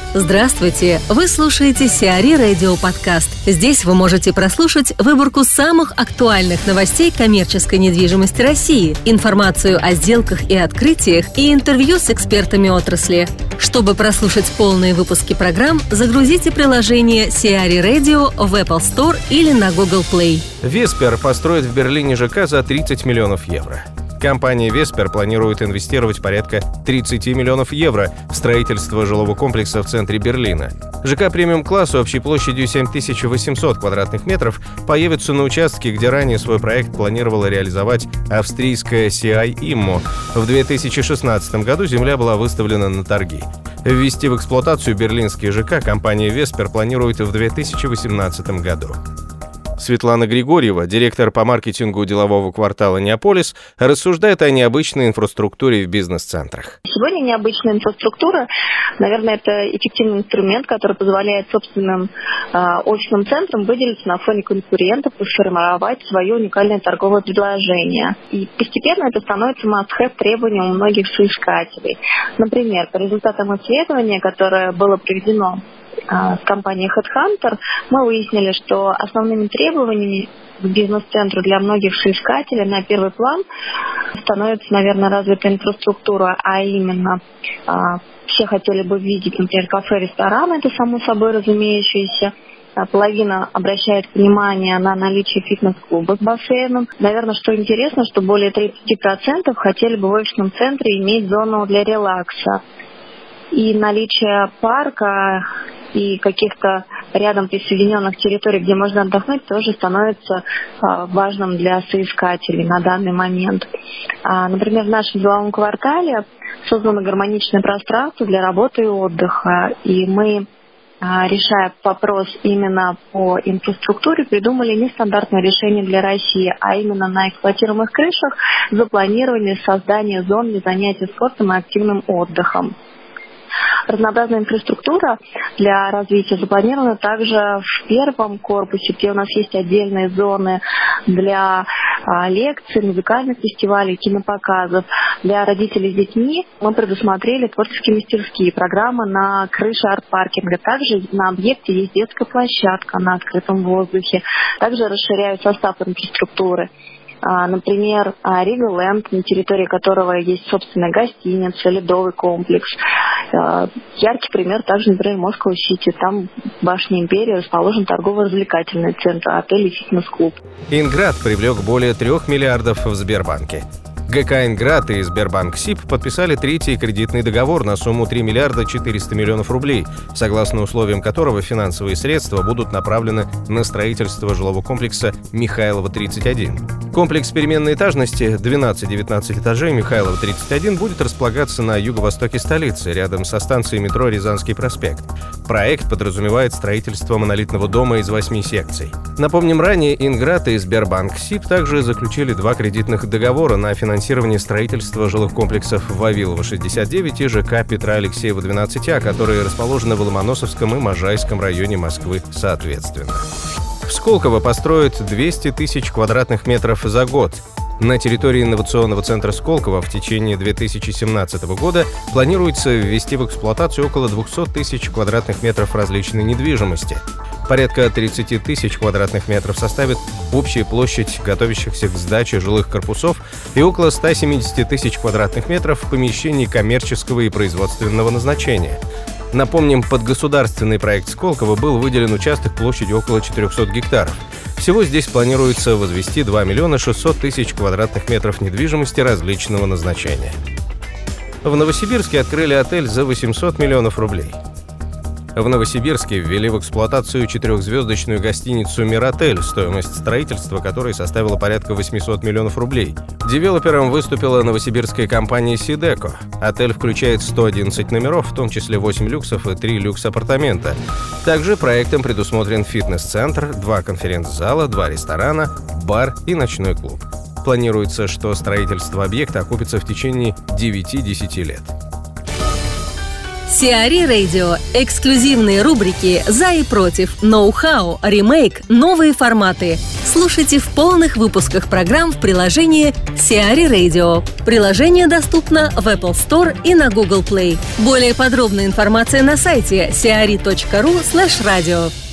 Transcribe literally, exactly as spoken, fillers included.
Здравствуйте! Вы слушаете Сиари Радио Подкаст. Здесь вы можете прослушать выборку самых актуальных новостей коммерческой недвижимости России, информацию о сделках и открытиях и интервью с экспертами отрасли. Чтобы прослушать полные выпуски программ, загрузите приложение Сиари Radio в Apple Store или на Google Play. Веспер построит в Берлине ЖК за тридцать миллионов евро. Компания «Веспер» планирует инвестировать порядка тридцать миллионов евро в строительство жилого комплекса в центре Берлина. ЖК премиум-класса общей площадью семь тысяч восемьсот квадратных метров появится на участке, где ранее свой проект планировала реализовать австрийская си ай Immo. В две тысячи шестнадцатом году земля была выставлена на торги. Ввести в эксплуатацию берлинский ЖК компания «Веспер» планирует в две тысячи восемнадцатом году. Светлана Григорьева, директор по маркетингу делового квартала «Неаполис», рассуждает о необычной инфраструктуре в бизнес-центрах. Сегодня необычная инфраструктура, наверное, это эффективный инструмент, который позволяет собственным э, офисным центрам выделиться на фоне конкурентов и сформировать свое уникальное торговое предложение. И постепенно это становится must-have требованием у многих соискателей. Например, по результатам исследования, которое было проведено с компанией HeadHunter, мы выяснили, что основными требованиями к бизнес-центру для многих соискателей на первый план становится, наверное, развитая инфраструктура, а именно все хотели бы видеть, например, кафе, рестораны, это само собой разумеющееся. Половина обращает внимание на наличие фитнес-клуба с бассейном. Наверное, что интересно, что более тридцать процентов хотели бы в офисном центре иметь зону для релакса. И наличие парка и каких-то рядом присоединенных территорий, где можно отдохнуть, тоже становится а, важным для соискателей на данный момент. А, например, в нашем деловом квартале создано гармоничное пространство для работы и отдыха, и мы, а, решая вопрос именно по инфраструктуре, придумали нестандартное решение для России, а именно на эксплуатируемых крышах запланирование создания зон для занятий спортом и активным отдыхом. Разнообразная инфраструктура для развития запланирована также в первом корпусе, где у нас есть отдельные зоны для а, лекций, музыкальных фестивалей, кинопоказов. Для родителей с детьми мы предусмотрели творческие мастерские, программы на крыше арт-паркинга. Также на объекте есть детская площадка на открытом воздухе. Также расширяют состав инфраструктуры. Например, Рига Ленд, на территории которого есть собственная гостиница, ледовый комплекс. Яркий пример также, например, Москва-Сити. Там в башне Империи расположен торгово-развлекательный центр, отель и фитнес-клуб. Инград привлек более трех миллиардов в Сбербанке. ГК «Инград» и Сбербанк СИП подписали третий кредитный договор на сумму три миллиарда четыреста миллионов рублей, согласно условиям которого финансовые средства будут направлены на строительство жилого комплекса Михайлова тридцать один. Комплекс переменной этажности двенадцать-девятнадцать этажей Михайлова тридцать один будет располагаться на юго-востоке столицы, рядом со станцией метро Рязанский проспект. Проект подразумевает строительство монолитного дома из восьми секций. Напомним, ранее «Инград» и Сбербанк СИП также заключили два кредитных договора на финансирование строительства жилых комплексов Вавилова шестьдесят девять и ЖК Петра Алексеева двенадцать А, которые расположены в Ломоносовском и Можайском районе Москвы соответственно. В Сколково построят двести тысяч квадратных метров за год. На территории инновационного центра Сколково в течение две тысячи семнадцатого года планируется ввести в эксплуатацию около двести тысяч квадратных метров различной недвижимости. Порядка тридцать тысяч квадратных метров составит общая площадь готовящихся к сдаче жилых корпусов и около ста семидесяти тысяч квадратных метров помещений коммерческого и производственного назначения. Напомним, под государственный проект Сколково был выделен участок площадью около четырехсот гектаров. Всего здесь планируется возвести два миллиона шестьсот тысяч квадратных метров недвижимости различного назначения. В Новосибирске открыли отель за восемьсот миллионов рублей. В Новосибирске ввели в эксплуатацию четырехзвездочную гостиницу «Миротель», стоимость строительства которой составила порядка восемьсот миллионов рублей. Девелопером выступила новосибирская компания «Сидеко». Отель включает сто одиннадцать номеров, в том числе восемь люксов и три люкс-апартамента. Также проектом предусмотрен фитнес-центр, два конференц-зала, два ресторана, бар и ночной клуб. Планируется, что строительство объекта окупится в течение девяти-десяти лет. Сиари Radio. Эксклюзивные рубрики «За и против», «Ноу-хау», «Ремейк», «Новые форматы». Слушайте в полных выпусках программ в приложении Сиари Radio. Приложение доступно в Apple Store и на Google Play. Более подробная информация на сайте сиари точка ру слэш радио.